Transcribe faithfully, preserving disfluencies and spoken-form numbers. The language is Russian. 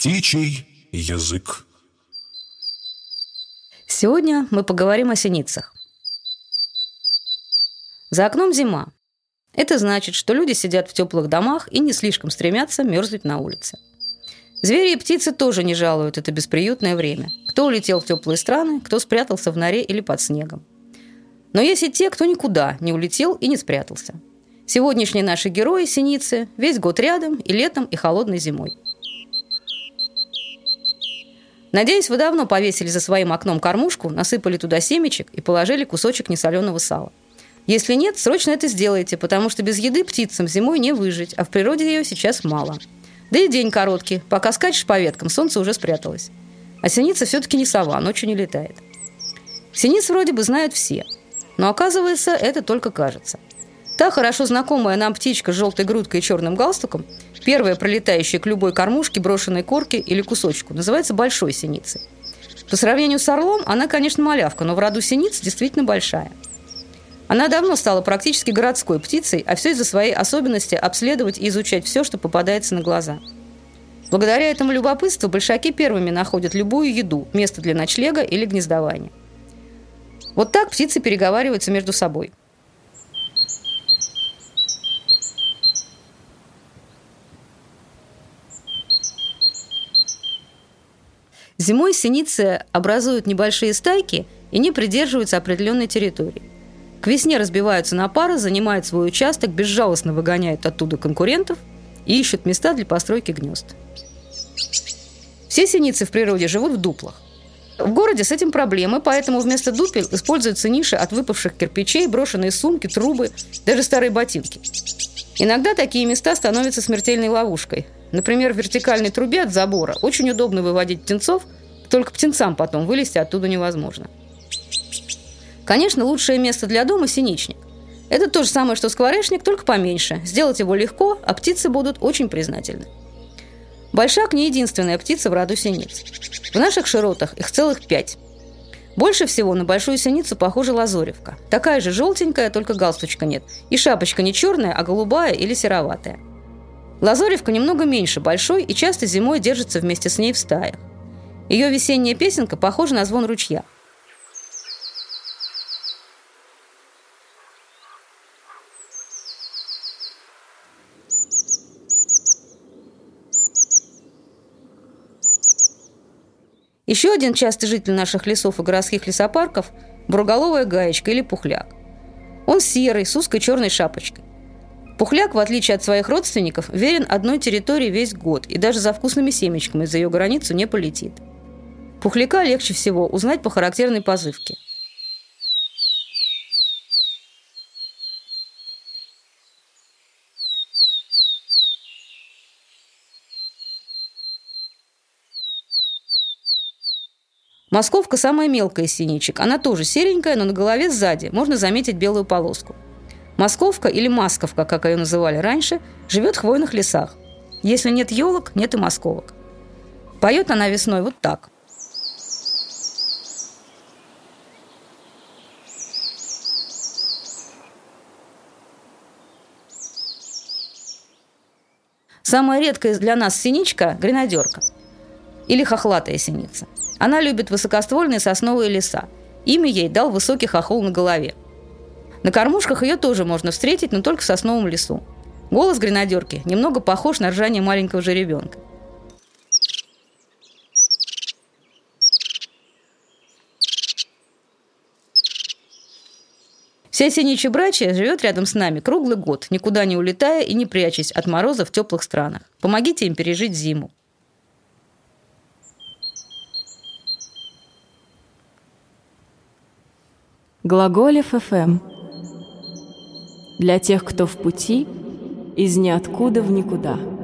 Птичий язык. Сегодня мы поговорим о синицах. За окном зима. Это значит, что люди сидят в теплых домах и не слишком стремятся мерзнуть на улице. Звери и птицы тоже не жалуют это бесприютное время. Кто улетел в теплые страны, кто спрятался в норе или под снегом. Но есть и те, кто никуда не улетел и не спрятался. Сегодняшние наши герои – синицы, весь год рядом и летом, и холодной зимой. Надеюсь, вы давно повесили за своим окном кормушку, насыпали туда семечек и положили кусочек несоленого сала. Если нет, срочно это сделайте, потому что без еды птицам зимой не выжить, а в природе ее сейчас мало. Да и день короткий, пока скачешь по веткам, солнце уже спряталось. А синица все-таки не сова, ночью не летает. Синиц вроде бы знают все, но оказывается, это только кажется. Та хорошо знакомая нам птичка с желтой грудкой и черным галстуком, первая пролетающая к любой кормушке, брошенной корке или кусочку, называется большой синицей. По сравнению с орлом, она, конечно, малявка, но в роду синиц действительно большая. Она давно стала практически городской птицей, а все из-за своей особенности обследовать и изучать все, что попадается на глаза. Благодаря этому любопытству большаки первыми находят любую еду, место для ночлега или гнездования. Вот так птицы переговариваются между собой. Зимой синицы образуют небольшие стайки и не придерживаются определенной территории. К весне разбиваются на пары, занимают свой участок, безжалостно выгоняют оттуда конкурентов и ищут места для постройки гнезд. Все синицы в природе живут в дуплах. В городе с этим проблемы, поэтому вместо дупел используются ниши от выпавших кирпичей, брошенные сумки, трубы, даже старые ботинки. Иногда такие места становятся смертельной ловушкой. Например, в вертикальной трубе от забора очень удобно выводить птенцов, только птенцам потом вылезти оттуда невозможно. Конечно, лучшее место для дома – синичник. Это то же самое, что скворечник, только поменьше. Сделать его легко, а птицы будут очень признательны. Большак не единственная птица в роду синиц. В наших широтах их целых пять. Больше всего на большую синицу похожа лазоревка. Такая же желтенькая, только галстучка нет. И шапочка не черная, а голубая или сероватая. Лазоревка немного меньше большой и часто зимой держится вместе с ней в стаях. Ее весенняя песенка похожа на звон ручья. Еще один частый житель наших лесов и городских лесопарков – буроголовая гаечка или пухляк. Он серый, с узкой черной шапочкой. Пухляк, в отличие от своих родственников, верен одной территории весь год и даже за вкусными семечками за ее границу не полетит. Пухляка легче всего узнать по характерной позывке. Московка самая мелкая из синичек. Она тоже серенькая, но на голове сзади можно заметить белую полоску. Московка или масковка, как ее называли раньше, живет в хвойных лесах. Если нет елок, нет и московок. Поет она весной вот так. Самая редкая для нас синичка – гренадерка или хохлатая синица. Она любит высокоствольные сосновые леса. Имя ей дал высокий хохол на голове. На кормушках ее тоже можно встретить, но только в сосновом лесу. Голос гренадерки немного похож на ржание маленького жеребенка. Вся синичья братья живет рядом с нами круглый год, никуда не улетая и не прячась от мороза в теплых странах. Помогите им пережить зиму. Глаголев эф эм. Для тех, кто в пути, из ниоткуда в никуда.